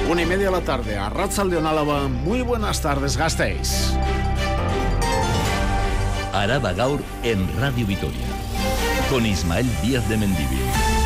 1:30 de la tarde, Arratsaldeon Álava. Muy buenas tardes, Gasteiz. Araba Gaur en Radio Vitoria, con Ismael Díaz de Mendívil.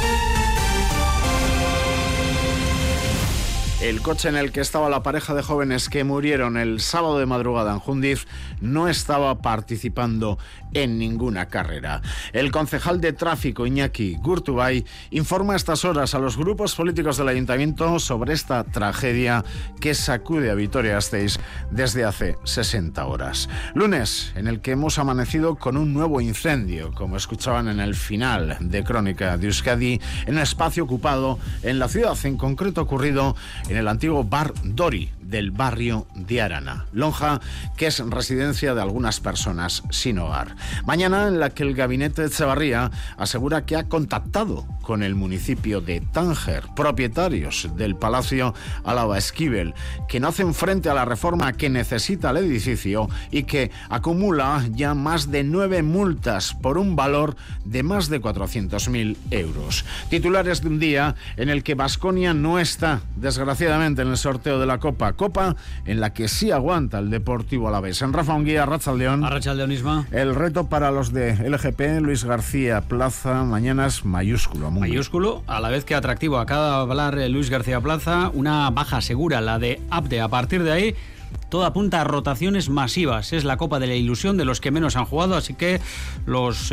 El coche en el que estaba la pareja de jóvenes que murieron el sábado de madrugada en Jundiz no estaba participando en ninguna carrera. El concejal de tráfico, Iñaki Gurtubay, informa a estas horas a los grupos políticos del ayuntamiento sobre esta tragedia que sacude a Vitoria-Gasteiz desde hace 60 horas. Lunes, en el que hemos amanecido con un nuevo incendio, como escuchaban en el final de Crónica de Euskadi, en un espacio ocupado en la ciudad, en concreto ocurrido en el antiguo bar Dori del barrio de Arana, lonja que es residencia de algunas personas sin hogar. Mañana en la que el gabinete de Etxebarria asegura que ha contactado con el municipio de Tánger, propietarios del Palacio Álava Esquivel, que no hacen frente a la reforma que necesita el edificio y que acumula ya más de 9 multas por un valor de más de 400.000 euros. Titulares de un día en el que Baskonia no está, desgraciadamente, en el sorteo de la Copa en la que sí aguanta el Deportivo Alavés. En Rafa Unguía, Arratsaldeon. Arratsaldeon, Isma. El reto para los de LGP, Luis García Plaza, mañana es mayúsculo. Mayúsculo, a la vez que atractivo. Acaba de hablar Luis García Plaza, una baja segura, la de Abde. A partir de ahí, todo apunta a rotaciones masivas. Es la Copa de la Ilusión de los que menos han jugado, así que los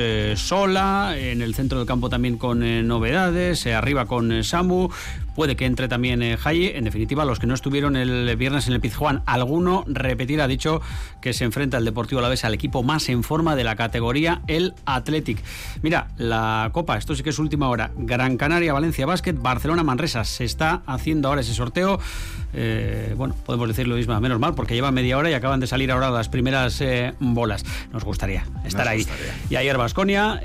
Sola, en el centro del campo también con novedades, arriba con Samu. Puede que entre también Jaye. En definitiva, los que no estuvieron el viernes en el Pizjuán, alguno repetir. Ha dicho que se enfrenta el Deportivo Alavés al equipo más en forma de la categoría, el Athletic. Mira, la Copa, esto sí que es última hora. Gran Canaria, Valencia Basket, Barcelona, Manresa. Se está haciendo ahora ese sorteo. Bueno, podemos decirlo mismo, menos mal, porque lleva media hora y acaban de salir ahora las primeras bolas. Nos gustaría estar ahí. Y ayer Baskonia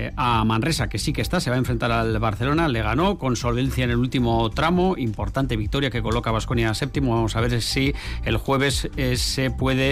a Manresa, que sí que está, se va a enfrentar al Barcelona. Le ganó con solvencia en el último tramo, importante victoria que coloca a Baskonia séptimo. Vamos a ver si el jueves se puede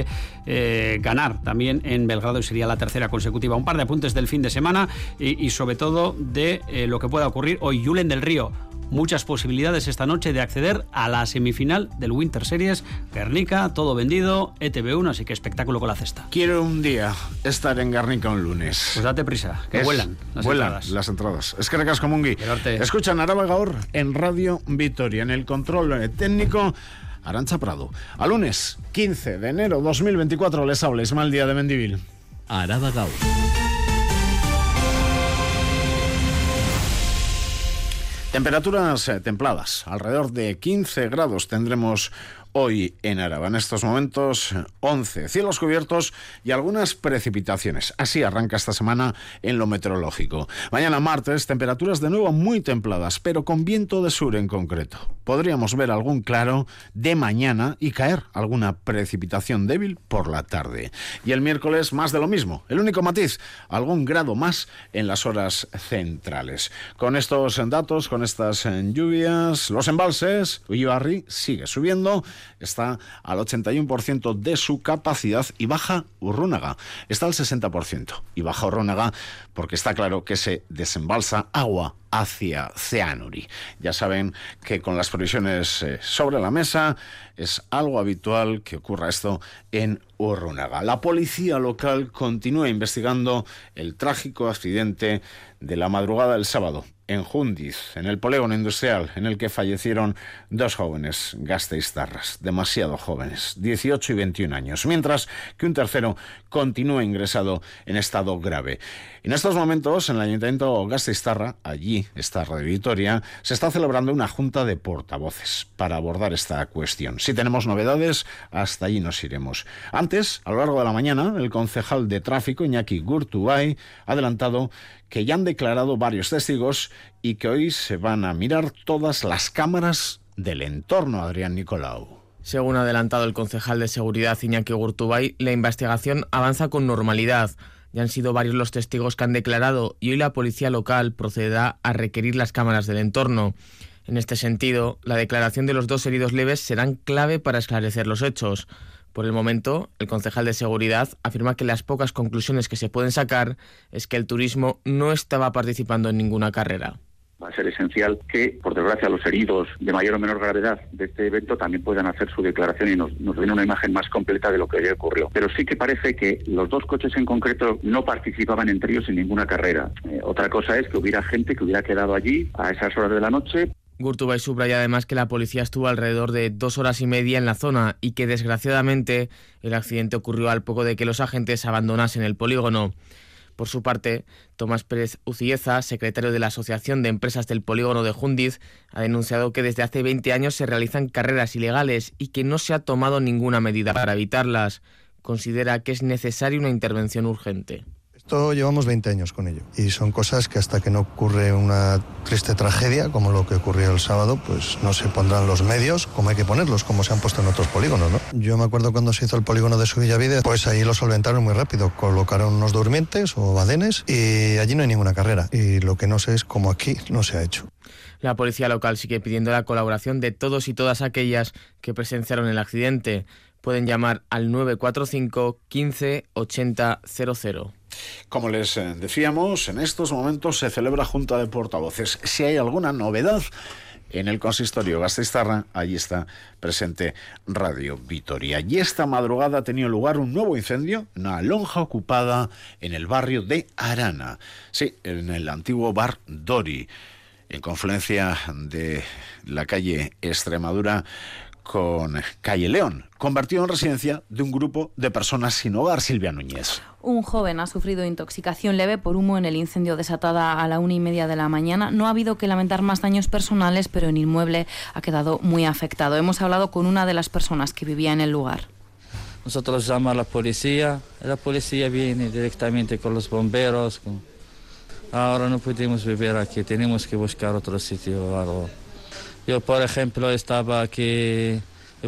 ganar también en Belgrado y sería la tercera consecutiva. Un par de apuntes del fin de semana y sobre todo de lo que pueda ocurrir hoy. Julen del Río, muchas posibilidades esta noche de acceder a la semifinal del Winter Series. Guernica, todo vendido, ETV1, así que espectáculo con la cesta. Quiero un día estar en Guernica un lunes. Pues date prisa, que vuelan las entradas. Es que recasco Mungui. Escuchan Araba Gaur en Radio Vitoria. En el control técnico, Arantxa Prado. A lunes 15 de enero 2024 les habla Ismael Díaz de Mendívil. Araba Gaur. Temperaturas templadas, alrededor de 15 grados tendremos hoy en Araba. En estos momentos 11, cielos cubiertos y algunas precipitaciones. Así arranca esta semana en lo meteorológico. Mañana martes, temperaturas de nuevo muy templadas, pero con viento de sur en concreto. Podríamos ver algún claro de mañana y caer alguna precipitación débil por la tarde. Y el miércoles más de lo mismo. El único matiz, algún grado más en las horas centrales. Con estos datos, con estas lluvias, los embalses, Ullibarri sigue subiendo. Está al 81% de su capacidad y baja Urrúnaga. Está al 60% y baja Urrúnaga porque está claro que se desembalsa agua hacia Ceanuri. Ya saben que con las previsiones sobre la mesa es algo habitual que ocurra esto en Urrúnaga. La policía local continúa investigando el trágico accidente de la madrugada del sábado en Jundiz, en el polígono industrial en el que fallecieron 2 jóvenes gasteiztarras, demasiado jóvenes, 18 y 21 años, mientras que un tercero continúa ingresado en estado grave. En estos momentos, en el Ayuntamiento gasteiztarra, allí está Radio Vitoria, se está celebrando una junta de portavoces para abordar esta cuestión. Si tenemos novedades, hasta allí nos iremos. Antes, a lo largo de la mañana, el concejal de tráfico, Iñaki Gurtubay, ha adelantado que ya han declarado varios testigos y que hoy se van a mirar todas las cámaras del entorno, Adrián Nicolau. Según ha adelantado el concejal de seguridad Iñaki Gurtubay, la investigación avanza con normalidad. Ya han sido varios los testigos que han declarado y hoy la policía local procederá a requerir las cámaras del entorno. En este sentido, la declaración de los 2 heridos leves serán clave para esclarecer los hechos. Por el momento, el concejal de seguridad afirma que las pocas conclusiones que se pueden sacar es que el turismo no estaba participando en ninguna carrera. Va a ser esencial que, por desgracia, los heridos de mayor o menor gravedad de este evento también puedan hacer su declaración y nos den una imagen más completa de lo que ayer ocurrió. Pero sí que parece que los 2 coches en concreto no participaban entre ellos en ninguna carrera. Otra cosa es que hubiera gente que hubiera quedado allí a esas horas de la noche. Gurtubay subraya además que la policía estuvo alrededor de 2 horas y media en la zona y que desgraciadamente el accidente ocurrió al poco de que los agentes abandonasen el polígono. Por su parte, Tomás Pérez Ucieza, secretario de la Asociación de Empresas del Polígono de Jundiz, ha denunciado que desde hace 20 años se realizan carreras ilegales y que no se ha tomado ninguna medida para evitarlas. Considera que es necesaria una intervención urgente. Esto llevamos 20 años con ello y son cosas que hasta que no ocurre una triste tragedia como lo que ocurrió el sábado, pues no se pondrán los medios como hay que ponerlos, como se han puesto en otros polígonos, ¿no? Yo me acuerdo cuando se hizo el polígono de Subvillavide, pues ahí lo solventaron muy rápido, colocaron unos durmientes o badenes y allí no hay ninguna carrera y lo que no sé es cómo aquí no se ha hecho. La policía local sigue pidiendo la colaboración de todos y todas aquellas que presenciaron el accidente. Pueden llamar al 945 15 80 00. Como les decíamos, en estos momentos se celebra Junta de Portavoces. Si hay alguna novedad en el consistorio gasteiztarra, allí está presente Radio Vitoria. Y esta madrugada ha tenido lugar un nuevo incendio, una lonja ocupada en el barrio de Arana. Sí, en el antiguo bar Dori, en confluencia de la calle Extremadura con calle León, convertido en residencia de un grupo de personas sin hogar. Silvia Núñez. Un joven ha sufrido intoxicación leve por humo en el incendio desatada a la 1:30 de la mañana. No ha habido que lamentar más daños personales, pero el inmueble ha quedado muy afectado. Hemos hablado con una de las personas que vivía en el lugar. Nosotros llamamos a la policía viene directamente con los bomberos. Ahora no podemos vivir aquí, tenemos que buscar otro sitio o algo. Yo, por ejemplo, estaba aquí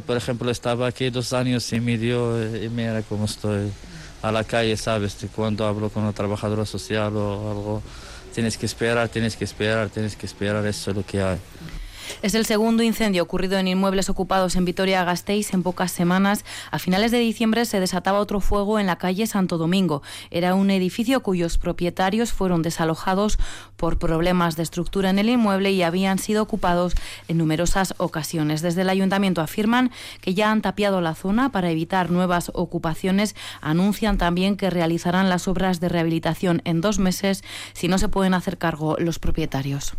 2 años y medio y mira cómo estoy a la calle, ¿sabes? Cuando hablo con una trabajadora social o algo, tienes que esperar, eso es lo que hay. Es el segundo incendio ocurrido en inmuebles ocupados en Vitoria-Gasteiz en pocas semanas. A finales de diciembre se desataba otro fuego en la calle Santo Domingo. Era un edificio cuyos propietarios fueron desalojados por problemas de estructura en el inmueble y habían sido ocupados en numerosas ocasiones. Desde el ayuntamiento afirman que ya han tapiado la zona para evitar nuevas ocupaciones. Anuncian también que realizarán las obras de rehabilitación en 2 meses si no se pueden hacer cargo los propietarios.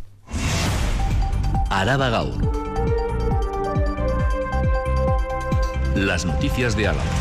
Araba Gaur. Las noticias de Álava.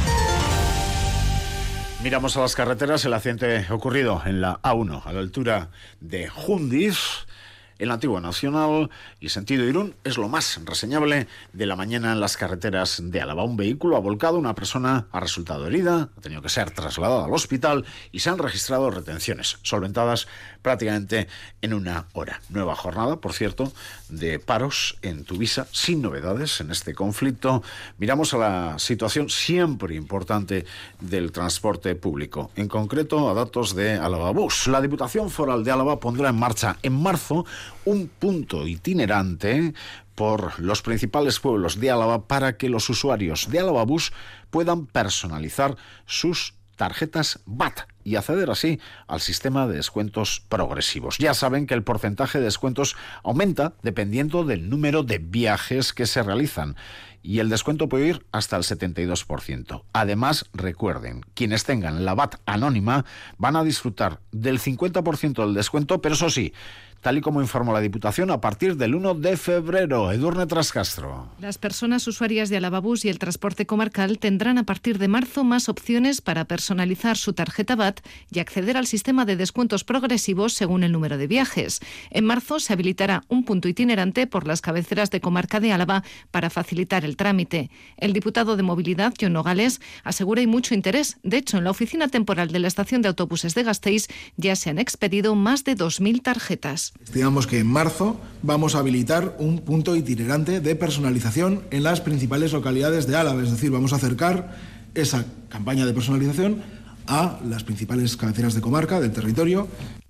Miramos a las carreteras. El accidente ocurrido en la A1 a la altura de Jundiz, en la antigua Nacional y sentido Irún, es lo más reseñable de la mañana en las carreteras de Álava. Un vehículo ha volcado, una persona ha resultado herida, ha tenido que ser trasladada al hospital y se han registrado retenciones solventadas prácticamente en 1 hora. Nueva jornada, por cierto, de paros en Tuvisa, sin novedades en este conflicto. Miramos a la situación siempre importante del transporte público, en concreto a datos de Álava Bus. La Diputación Foral de Álava pondrá en marcha en marzo un punto itinerante por los principales pueblos de Álava para que los usuarios de Álava Bus puedan personalizar sus tarjetas VAT y acceder así al sistema de descuentos progresivos. Ya saben que el porcentaje de descuentos aumenta dependiendo del número de viajes que se realizan y el descuento puede ir hasta el 72%. Además, recuerden, quienes tengan la VAT anónima van a disfrutar del 50% del descuento, pero eso sí, tal y como informó la Diputación, a partir del 1 de febrero. Edurne Trascastro. Las personas usuarias de Álava Bus y el transporte comarcal tendrán a partir de marzo más opciones para personalizar su tarjeta VAT y acceder al sistema de descuentos progresivos según el número de viajes. En marzo se habilitará un punto itinerante por las cabeceras de comarca de Álava para facilitar el trámite. El diputado de Movilidad, Jon Nogales, asegura hay mucho interés. De hecho, en la oficina temporal de la estación de autobuses de Gasteiz ya se han expedido más de 2.000 tarjetas. Estimamos que en marzo vamos a habilitar un punto itinerante de personalización en las principales localidades de Álava, es decir, vamos a acercar esa campaña de personalización a las principales cabeceras de comarca del territorio.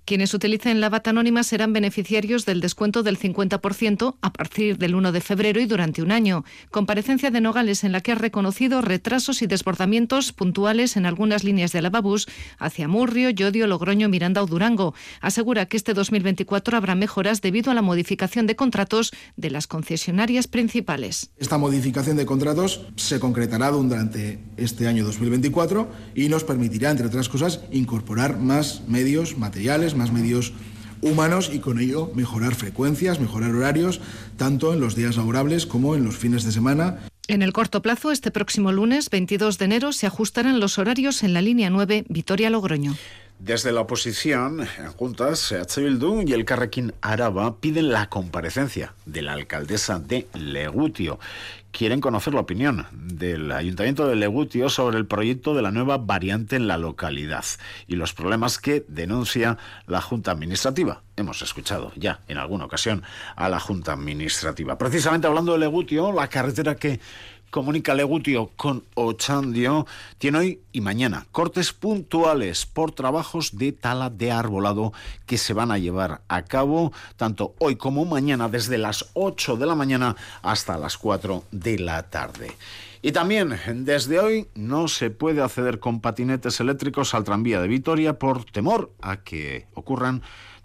Quienes utilicen la VAT anónima serán beneficiarios del descuento del 50% a partir del 1 de febrero y durante un año. Comparecencia de Nogales en la que ha reconocido retrasos y desbordamientos puntuales en algunas líneas de Lavabús hacia Murrio, Llodio, Logroño, Miranda o Durango. Asegura que este 2024 habrá mejoras debido a la modificación de contratos de las concesionarias principales. Esta modificación de contratos se concretará durante este año 2024 y nos permitirá, entre otras cosas, incorporar más medios materiales, más medios humanos y con ello mejorar frecuencias, mejorar horarios, tanto en los días laborables como en los fines de semana. En el corto plazo, este próximo lunes, 22 de enero, se ajustarán los horarios en la línea 9 Vitoria-Logroño. Desde la oposición, en Juntas, EH Bildu y Elkarrekin Araba piden la comparecencia de la alcaldesa de Legutio. Quieren conocer la opinión del Ayuntamiento de Legutio sobre el proyecto de la nueva variante en la localidad y los problemas que denuncia la Junta Administrativa. Hemos escuchado ya en alguna ocasión a la Junta Administrativa. Precisamente hablando de Legutio, la carretera que comunica Legutio con Ochandio tiene hoy y mañana cortes puntuales por trabajos de tala de arbolado que se van a llevar a cabo tanto hoy como mañana desde las 8 de la mañana hasta las 4 de la tarde. Y también desde hoy no se puede acceder con patinetes eléctricos al tranvía de Vitoria por temor a que ocurran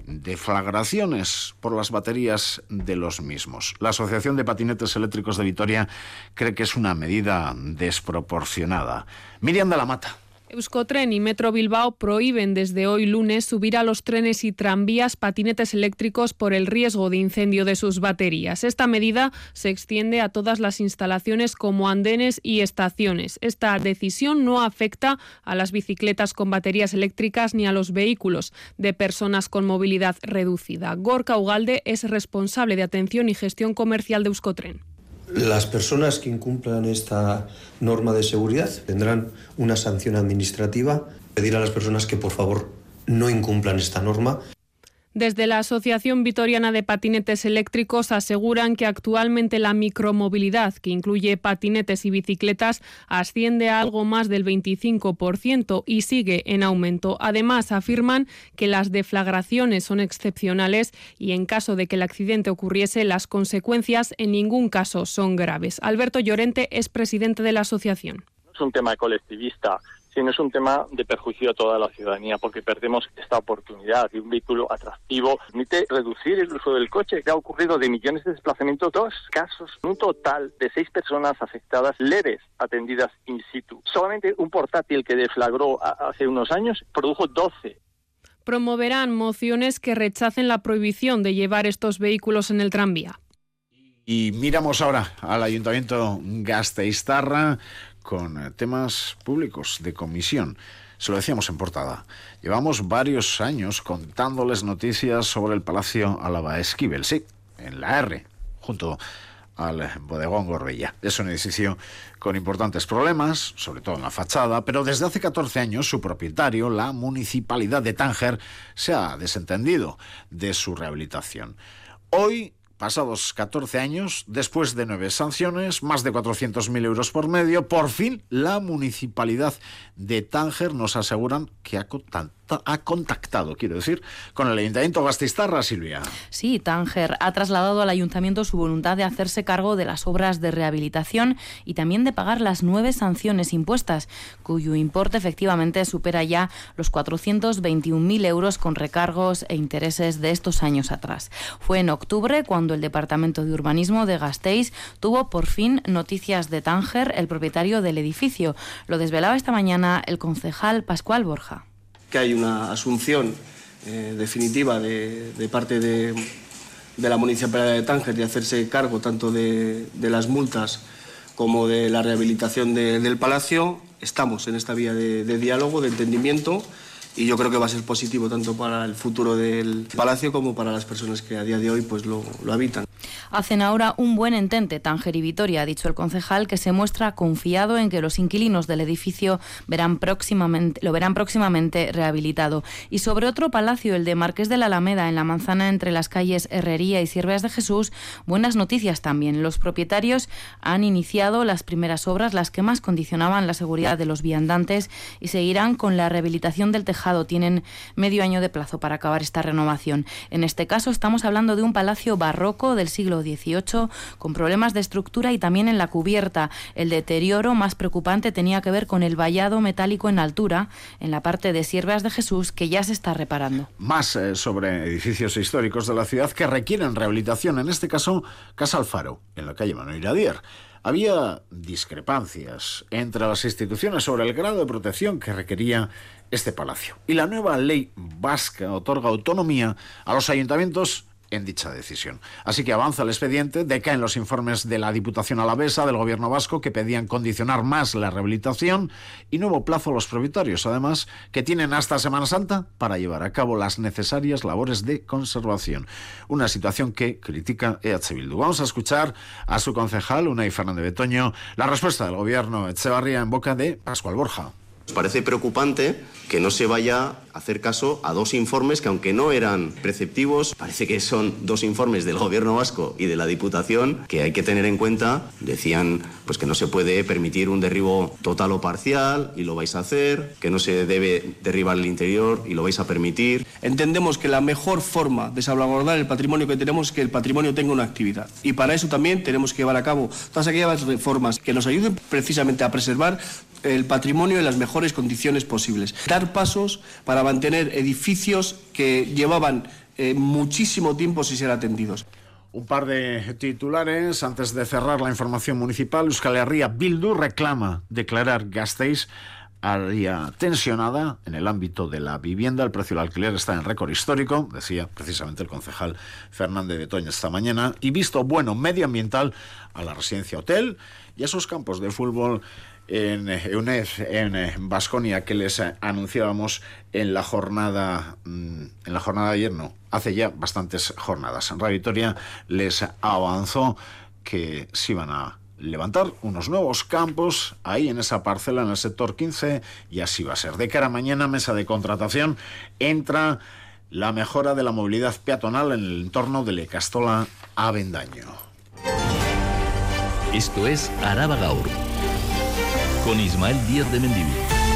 deflagraciones por las baterías de los mismos. La Asociación de Patinetes Eléctricos de Vitoria cree que es una medida desproporcionada. Miriam de la Mata. Euskotren y Metro Bilbao prohíben desde hoy lunes subir a los trenes y tranvías patinetes eléctricos por el riesgo de incendio de sus baterías. Esta medida se extiende a todas las instalaciones como andenes y estaciones. Esta decisión no afecta a las bicicletas con baterías eléctricas ni a los vehículos de personas con movilidad reducida. Gorka Ugalde es responsable de atención y gestión comercial de Euskotren. Las personas que incumplan esta norma de seguridad tendrán una sanción administrativa. Pedir a las personas que por favor no incumplan esta norma. Desde la Asociación Vitoriana de Patinetes Eléctricos aseguran que actualmente la micromovilidad, que incluye patinetes y bicicletas, asciende a algo más del 25% y sigue en aumento. Además, afirman que las deflagraciones son excepcionales y en caso de que el accidente ocurriese, las consecuencias en ningún caso son graves. Alberto Llorente es presidente de la asociación. No es un tema colectivista, sino es un tema de perjuicio a toda la ciudadanía, porque perdemos esta oportunidad de un vehículo atractivo. Permite reducir el uso del coche, que ha ocurrido de millones de desplazamientos, 2 casos, un total de 6 personas afectadas leves, atendidas in situ. Solamente un portátil que deflagró hace unos años produjo 12. Promoverán mociones que rechacen la prohibición de llevar estos vehículos en el tranvía. Y miramos ahora al Ayuntamiento Gasteiztarra con temas públicos de comisión. Se lo decíamos en portada. Llevamos varios años contándoles noticias sobre el Palacio Álava Esquivel, sí, en la R, junto al bodegón Gorbella. Es un edificio con importantes problemas, sobre todo en la fachada, pero desde hace 14 años su propietario, la Municipalidad de Tánger, se ha desentendido de su rehabilitación. Hoy, pasados 14 años, después de 9 sanciones, más de 400.000 euros por medio, por fin la Municipalidad de Tánger nos aseguran que ha contactado, quiero decir, con el Ayuntamiento Gasteiztarra, Silvia. Sí, Tánger ha trasladado al Ayuntamiento su voluntad de hacerse cargo de las obras de rehabilitación y también de pagar las 9 sanciones impuestas, cuyo importe efectivamente supera ya los 421.000 euros con recargos e intereses de estos años atrás. Fue en octubre cuando el Departamento de Urbanismo de Gasteiz tuvo por fin noticias de Tánger, el propietario del edificio. Lo desvelaba esta mañana el concejal Pascual Borja. Que hay una asunción definitiva de parte de la Municipalidad de Tánger de hacerse cargo tanto de las multas como de la rehabilitación del Palacio. Estamos en esta vía de diálogo, de entendimiento, y yo creo que va a ser positivo tanto para el futuro del Palacio como para las personas que a día de hoy pues lo habitan. Hacen ahora un buen entente Tánger y Vitoria, ha dicho el concejal, que se muestra confiado en que los inquilinos del edificio lo verán próximamente rehabilitado. Y sobre otro palacio, el de Marqués de la Alameda, en la manzana entre las calles Herrería y Siervas de Jesús, buenas noticias también. Los propietarios han iniciado las primeras obras, las que más condicionaban la seguridad de los viandantes, y seguirán con la rehabilitación del tejado Tejado. Tienen medio año de plazo para acabar esta renovación. En este caso estamos hablando de un palacio barroco del siglo XVIII con problemas de estructura y también en la cubierta. El deterioro más preocupante tenía que ver con el vallado metálico en altura, en la parte de Siervas de Jesús, que ya se está reparando. Más sobre edificios históricos de la ciudad que requieren rehabilitación, en este caso Casa Alfaro, en la calle Manuel Iradier. Había discrepancias entre las instituciones sobre el grado de protección que requería este palacio. Y la nueva ley vasca otorga autonomía a los ayuntamientos en dicha decisión. Así que avanza el expediente, decaen los informes de la Diputación Alavesa, del Gobierno vasco, que pedían condicionar más la rehabilitación, y nuevo plazo a los propietarios, además, que tienen hasta Semana Santa para llevar a cabo las necesarias labores de conservación. Una situación que critica EH Bildu. Vamos a escuchar a su concejal, Unai Fernández Betoño, la respuesta del Gobierno Etxebarria en boca de Pascual Borja. Nos parece preocupante que no se vaya a hacer caso a dos informes que, aunque no eran preceptivos, parece que son dos informes del Gobierno vasco y de la Diputación que hay que tener en cuenta. Decían pues que no se puede permitir un derribo total o parcial y lo vais a hacer, que no se debe derribar el interior y lo vais a permitir. Entendemos que la mejor forma de salvaguardar el patrimonio que tenemos es que el patrimonio tenga una actividad. Y para eso también tenemos que llevar a cabo todas aquellas reformas que nos ayuden precisamente a preservar el patrimonio en las mejores condiciones posibles. Dar pasos para mantener edificios que llevaban muchísimo tiempo sin ser atendidos. Un par de titulares antes de cerrar la información municipal. Euskal Herria Bildu reclama declarar Gasteiz área tensionada en el ámbito de la vivienda. El precio del alquiler está en récord histórico, decía precisamente el concejal Fernández Betoño esta mañana, y visto bueno medioambiental a la residencia hotel y a esos campos de fútbol en UNED, en Baskonia, que les anunciábamos en la jornada de ayer, no, hace ya bastantes jornadas. En Radio Vitoria les avanzó que se iban a levantar unos nuevos campos ahí en esa parcela, en el sector 15, y así va a ser. De cara a mañana, mesa de contratación, entra la mejora de la movilidad peatonal en el entorno de Lecastola a Avendaño. Esto es Araba Gaur, con Ismael Díaz de Mendivil.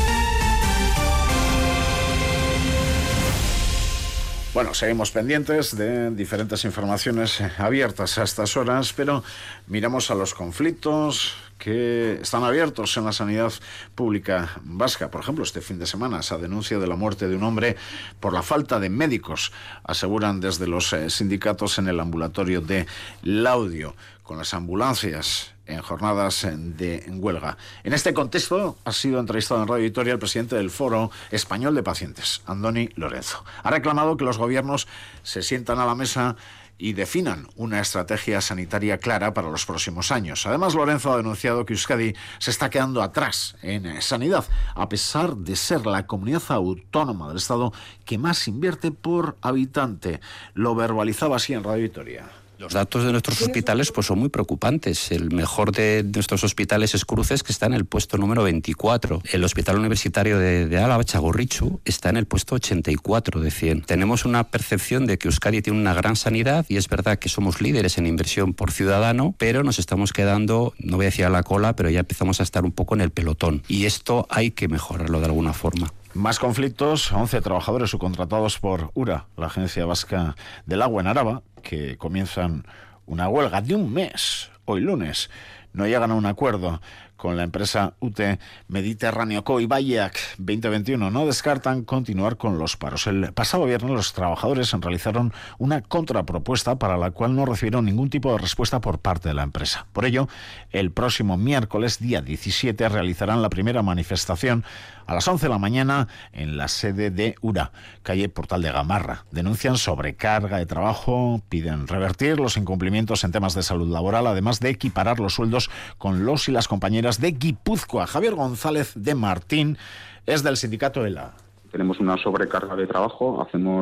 Bueno, seguimos pendientes de diferentes informaciones abiertas a estas horas, pero miramos a los conflictos que están abiertos en la sanidad pública vasca. Por ejemplo, este fin de semana esa denuncia de la muerte de un hombre por la falta de médicos, aseguran desde los sindicatos en el ambulatorio de Laudio, con las ambulancias en jornadas de huelga. En este contexto ha sido entrevistado en Radio Vitoria el presidente del Foro Español de Pacientes, Andoni Lorenzo. Ha reclamado que los gobiernos se sientan a la mesa y definan una estrategia sanitaria clara para los próximos años. Además, Lorenzo ha denunciado que Euskadi se está quedando atrás en sanidad, a pesar de ser la comunidad autónoma del Estado que más invierte por habitante. Lo verbalizaba así en Radio Vitoria. Los datos de nuestros hospitales pues son muy preocupantes. El mejor de nuestros hospitales es Cruces, que está en el puesto número 24. El Hospital Universitario de Álava, Txagorritxu, está en el puesto 84 de 100. Tenemos una percepción de que Euskadi tiene una gran sanidad y es verdad que somos líderes en inversión por ciudadano, pero nos estamos quedando, no voy a decir a la cola, pero ya empezamos a estar un poco en el pelotón. Y esto hay que mejorarlo de alguna forma. Más conflictos, 11 trabajadores subcontratados por URA, la Agencia Vasca del Agua en Araba, que comienzan una huelga de un mes, hoy lunes. No llegan a un acuerdo con la empresa UTE Mediterráneoko y Ibaiak 2021. No descartan continuar con los paros. El pasado viernes los trabajadores realizaron una contrapropuesta para la cual no recibieron ningún tipo de respuesta por parte de la empresa. Por ello, el próximo miércoles, día 17, realizarán la primera manifestación a las 11 de la mañana en la sede de URA, calle Portal de Gamarra. Denuncian sobrecarga de trabajo, piden revertir los incumplimientos en temas de salud laboral, además de equiparar los sueldos con los y las compañeras de Guipúzcoa. Javier González de Martín es del sindicato ELA. Tenemos una sobrecarga de trabajo, hacemos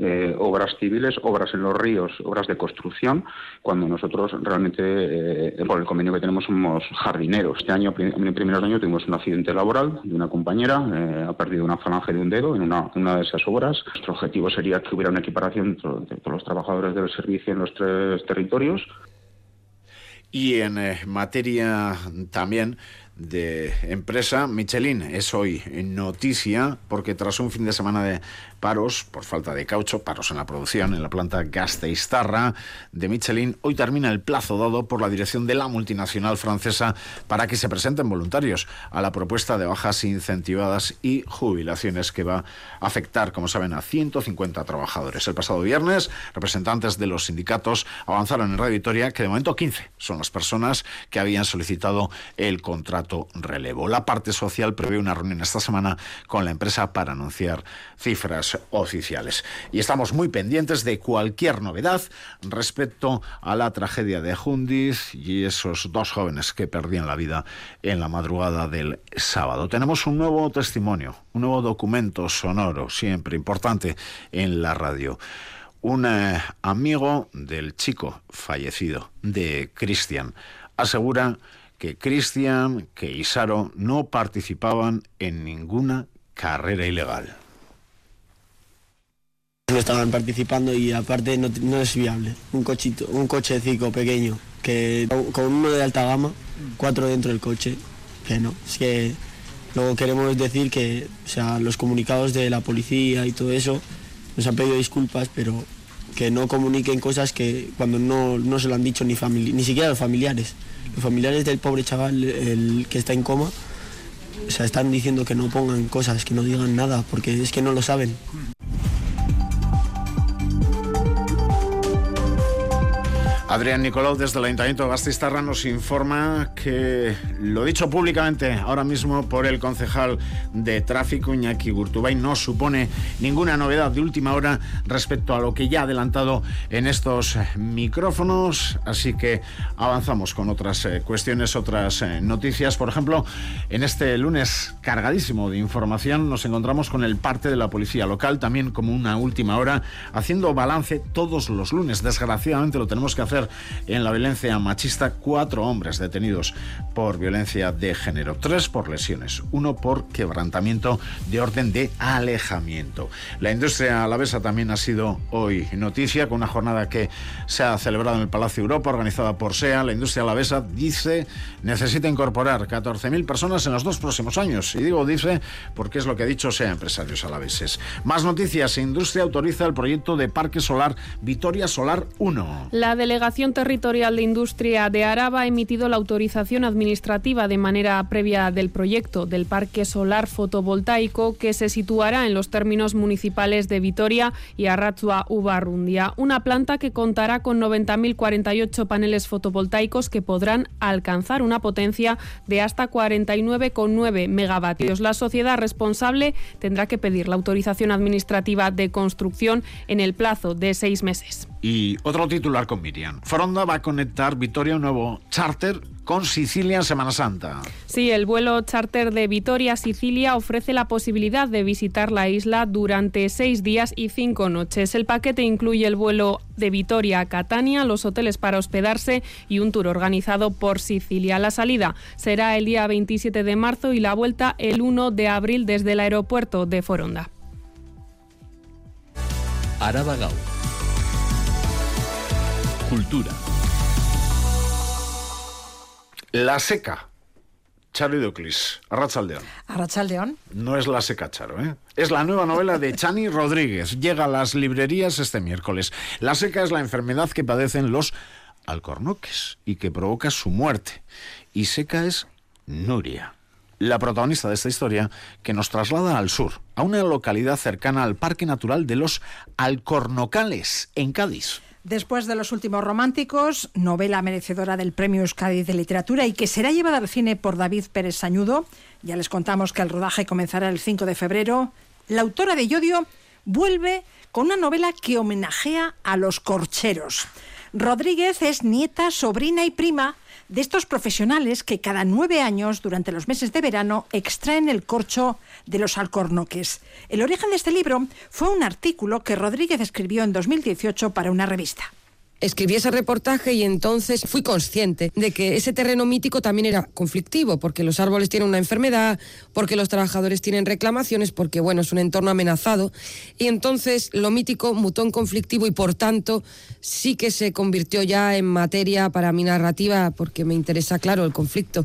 obras civiles, obras en los ríos, obras de construcción, cuando nosotros realmente, por el convenio que tenemos, somos jardineros. Este año, en primeros años, tuvimos un accidente laboral de una compañera, ha perdido una falange de un dedo en una de esas obras. Nuestro objetivo sería que hubiera una equiparación de todos los trabajadores del servicio en los 3 territorios. Y en materia también de empresa. Michelin es hoy noticia porque tras un fin de semana de paros por falta de caucho, paros en la producción en la planta Gasteiztarra de Michelin, hoy termina el plazo dado por la dirección de la multinacional francesa para que se presenten voluntarios a la propuesta de bajas incentivadas y jubilaciones que va a afectar, como saben, a 150 trabajadores. El pasado viernes, representantes de los sindicatos avanzaron en Radio Vitoria que de momento 15 son las personas que habían solicitado el contrato relevo. La parte social prevé una reunión esta semana con la empresa para anunciar cifras oficiales. Y estamos muy pendientes de cualquier novedad respecto a la tragedia de Jundiz y esos 2 jóvenes que perdían la vida en la madrugada del sábado. Tenemos un nuevo testimonio, un nuevo documento sonoro, siempre importante en la radio. Un amigo del chico fallecido, de Cristian, asegura que Cristian, que Isaro no participaban en ninguna carrera ilegal. No estaban participando y aparte no es viable. Un cochecito pequeño, que con uno de alta gama, 4 dentro del coche, que no. Es que luego queremos decir que, o sea, los comunicados de la policía y todo eso nos han pedido disculpas, pero que no comuniquen cosas que cuando no se lo han dicho ni siquiera los familiares. Los familiares del pobre chaval, el que está en coma, o sea, están diciendo que no pongan cosas, que no digan nada, porque es que no lo saben. Adrián Nicolau, desde el Ayuntamiento de Gasteiztarra, nos informa que lo dicho públicamente ahora mismo por el concejal de tráfico, Iñaki Gurtubay, no supone ninguna novedad de última hora respecto a lo que ya ha adelantado en estos micrófonos, así que avanzamos con otras cuestiones, otras noticias. Por ejemplo, en este lunes cargadísimo de información nos encontramos con el parte de la policía local, también como una última hora, haciendo balance todos los lunes. Desgraciadamente lo tenemos que hacer en la violencia machista. 4 hombres detenidos por violencia de género, 3 por lesiones, 1 por quebrantamiento de orden de alejamiento. La industria alavesa también ha sido hoy noticia, con una jornada que se ha celebrado en el Palacio Europa, organizada por SEA. La industria alavesa dice necesita incorporar 14.000 personas en los 2 próximos años. Y digo dice porque es lo que ha dicho SEA Empresarios Alaveses. Más noticias. Industria autoriza el proyecto de Parque Solar Vitoria Solar 1. La Delegación Territorial de Industria de Araba ha emitido la autorización administrativa de manera previa del proyecto del Parque Solar Fotovoltaico que se situará en los términos municipales de Vitoria y Arratzua-Ubarrundia. Una planta que contará con 90.048 paneles fotovoltaicos que podrán alcanzar una potencia de hasta 49,9 megavatios. La sociedad responsable tendrá que pedir la autorización administrativa de construcción en el plazo de 6 meses. Y otro titular con Miriam. Foronda va a conectar Vitoria, un nuevo charter con Sicilia en Semana Santa. Sí, el vuelo charter de Vitoria a Sicilia ofrece la posibilidad de visitar la isla durante 6 días y 5 noches. El paquete incluye el vuelo de Vitoria a Catania, los hoteles para hospedarse y un tour organizado por Sicilia. La salida será el día 27 de marzo y la vuelta el 1 de abril desde el aeropuerto de Foronda. Araba Gau. Cultura. La seca. Charo Idoclis, Arratsaldeon. Arratsaldeon. No es La seca, Charo, ¿eh? Es la nueva novela de Chani Rodríguez. Llega a las librerías este miércoles. La seca es la enfermedad que padecen los alcornoques y que provoca su muerte. Y seca es Nuria, la protagonista de esta historia, que nos traslada al sur, a una localidad cercana al Parque Natural de los Alcornocales, en Cádiz. Después de Los últimos románticos, novela merecedora del Premio Euskadi de Literatura y que será llevada al cine por David Pérez Sañudo, ya les contamos que el rodaje comenzará el 5 de febrero, la autora de Yodio vuelve con una novela que homenajea a los corcheros. Rodríguez es nieta, sobrina y prima de estos profesionales que cada 9 años, durante los meses de verano, extraen el corcho de los alcornoques. El origen de este libro fue un artículo que Rodríguez escribió en 2018 para una revista. Escribí ese reportaje y entonces fui consciente de que ese terreno mítico también era conflictivo, porque los árboles tienen una enfermedad, porque los trabajadores tienen reclamaciones, porque bueno, es un entorno amenazado. Y entonces lo mítico mutó en conflictivo y por tanto sí que se convirtió ya en materia para mi narrativa, porque me interesa, claro, el conflicto.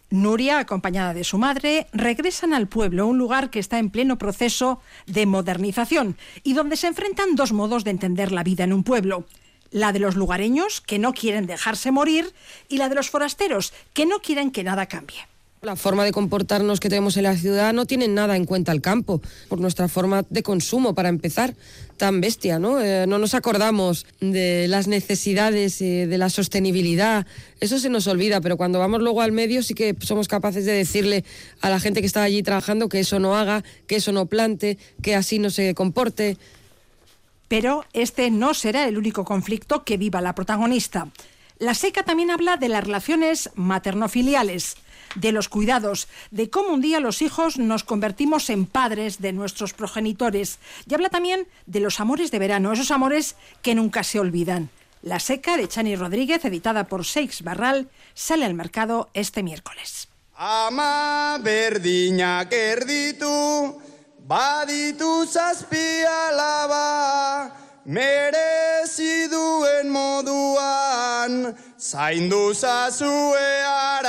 Nuria, acompañada de su madre, regresan al pueblo, un lugar que está en pleno proceso de modernización y donde se enfrentan dos modos de entender la vida en un pueblo. La de los lugareños, que no quieren dejarse morir, y la de los forasteros, que no quieren que nada cambie. La forma de comportarnos que tenemos en la ciudad no tiene nada en cuenta el campo, por nuestra forma de consumo, para empezar, tan bestia, ¿no? No nos acordamos de las necesidades, de la sostenibilidad, eso se nos olvida, pero cuando vamos luego al medio sí que somos capaces de decirle a la gente que está allí trabajando que eso no haga, que eso no plante, que así no se comporte. Pero este no será el único conflicto que viva la protagonista. La Seca también habla de las relaciones materno-filiales, de los cuidados, de cómo un día los hijos nos convertimos en padres de nuestros progenitores. Y habla también de los amores de verano, esos amores que nunca se olvidan. La Seca, de Chani Rodríguez, editada por Seix Barral, sale al mercado este miércoles. Ama berdinak erditu, baditu zazpi alaba, merezi duen moduan, zaindu zazue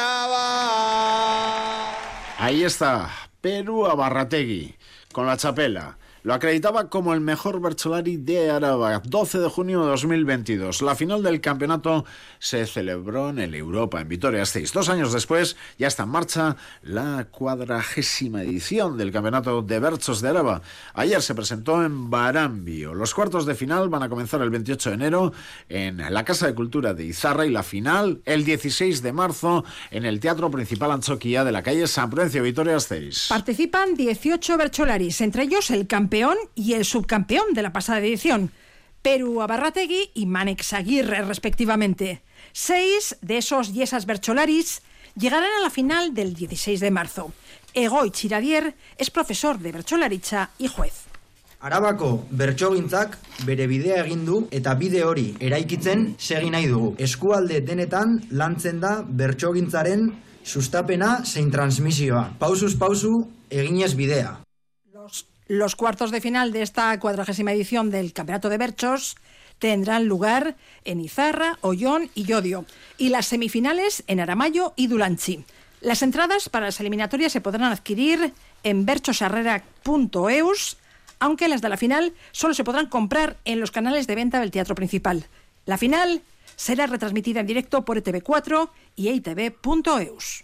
Araba. Ahí está, Peru Abarrategui, con La Chapela. Lo acreditaba como el mejor bertsolari de Araba, 12 de junio de 2022. La final del campeonato se celebró en el Europa, en Vitoria-Gasteiz. 2 años después ya está en marcha la 40ª edición del campeonato de bertsos de Araba. Ayer se presentó en Barambio. Los cuartos de final van a comenzar el 28 de enero en la Casa de Cultura de Izarra y la final el 16 de marzo en el Teatro Principal Antzoquia de la calle San Prudencio, Vitoria-Gasteiz. Participan 18 bertsolaris, entre ellos el campeón y el subcampeón de la pasada edición, Peru Abarrategui y Manex Aguirre, respectivamente. 6 de esos y esas bertsolaris llegarán a la final del 16 de marzo. Egoitz Txiradier es profesor de bertsolaritza y juez. Arabako bertsogintzak bere bidea egin du eta bide hori eraikitzen segi nahi dugu. Eskualde denetan lantzen da bertsogintzaren sustapena zein transmisioa. Pausuz pausu eginez bidea. Los cuartos de final de esta 40ª edición del Campeonato de Bertsos tendrán lugar en Izarra, Ollón y Llodio, y las semifinales en Aramayo y Dulantzi. Las entradas para las eliminatorias se podrán adquirir en bertxosarrera.eus, aunque las de la final solo se podrán comprar en los canales de venta del Teatro Principal. La final será retransmitida en directo por ETV4 y eitv.eus.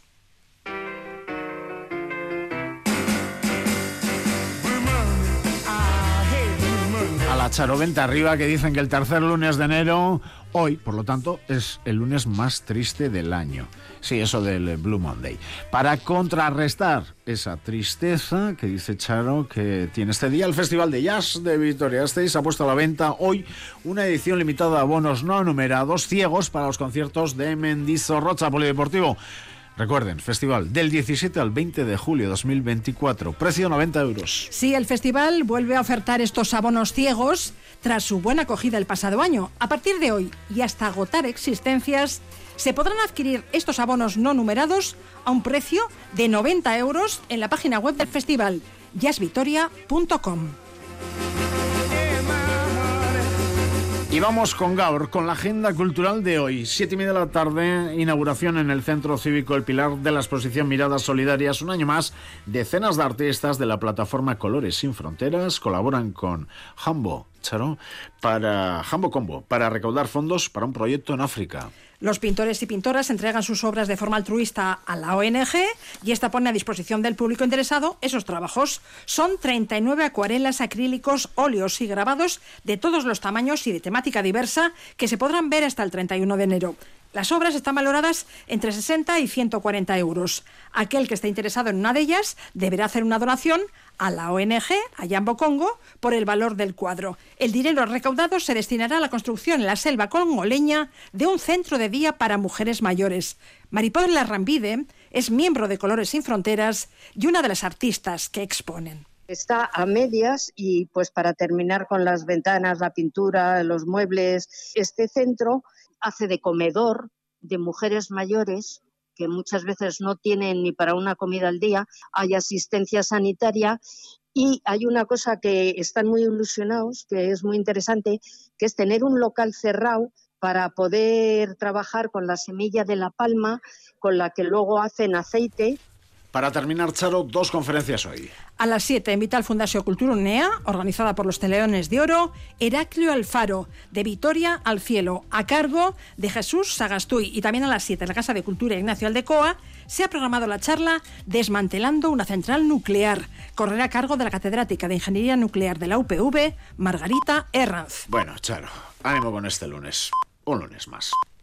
La charoventa arriba, que dicen que el tercer lunes de enero, hoy, por lo tanto, es el lunes más triste del año. Sí, eso del Blue Monday. Para contrarrestar esa tristeza que dice Charo que tiene este día, el Festival de Jazz de Vitoria-Gasteiz ha puesto a la venta hoy una edición limitada de abonos no numerados ciegos para los conciertos de Mendizorrocha Polideportivo. Recuerden, festival del 17 al 20 de julio de 2024, precio 90 euros. Sí, el festival vuelve a ofertar estos abonos ciegos tras su buena acogida el pasado año. A partir de hoy y hasta agotar existencias, se podrán adquirir estos abonos no numerados a un precio de 90 euros en la página web del festival, jazzvitoria.com. Y vamos con Gaur, con la agenda cultural de hoy. 7:30 de la tarde, inauguración en el Centro Cívico El Pilar de la exposición Miradas Solidarias. Un año más, decenas de artistas de la plataforma Colores Sin Fronteras colaboran con Jambo Combo para recaudar fondos para un proyecto en África. Los pintores y pintoras entregan sus obras de forma altruista a la ONG y esta pone a disposición del público interesado esos trabajos. Son 39 acuarelas, acrílicos, óleos y grabados de todos los tamaños y de temática diversa que se podrán ver hasta el 31 de enero. Las obras están valoradas entre 60 y 140 euros. Aquel que esté interesado en una de ellas deberá hacer una donación a la ONG, a Jambo Congo, por el valor del cuadro. El dinero recaudado se destinará a la construcción en la selva congoleña de un centro de día para mujeres mayores. Maripaz Larrambide es miembro de Colores Sin Fronteras y una de las artistas que exponen. Está a medias y pues para terminar con las ventanas, la pintura, los muebles, este centro hace de comedor de mujeres mayores que muchas veces no tienen ni para una comida al día, hay asistencia sanitaria y hay una cosa que están muy ilusionados, que es muy interesante, que es tener un local cerrado para poder trabajar con la semilla de la palma, con la que luego hacen aceite. Para terminar, Charo, 2 conferencias hoy. A las 7 en Vital Fundació Cultura UNEA, organizada por los Teleones de Oro, Heraclio Alfaro, de Vitoria al Cielo, a cargo de Jesús Sagastuy. Y también a las 7 en la Casa de Cultura Ignacio Aldecoa se ha programado la charla Desmantelando una central nuclear. Correrá a cargo de la catedrática de Ingeniería Nuclear de la UPV, Margarita Herranz. Bueno, Charo, ánimo con este lunes. Un lunes más.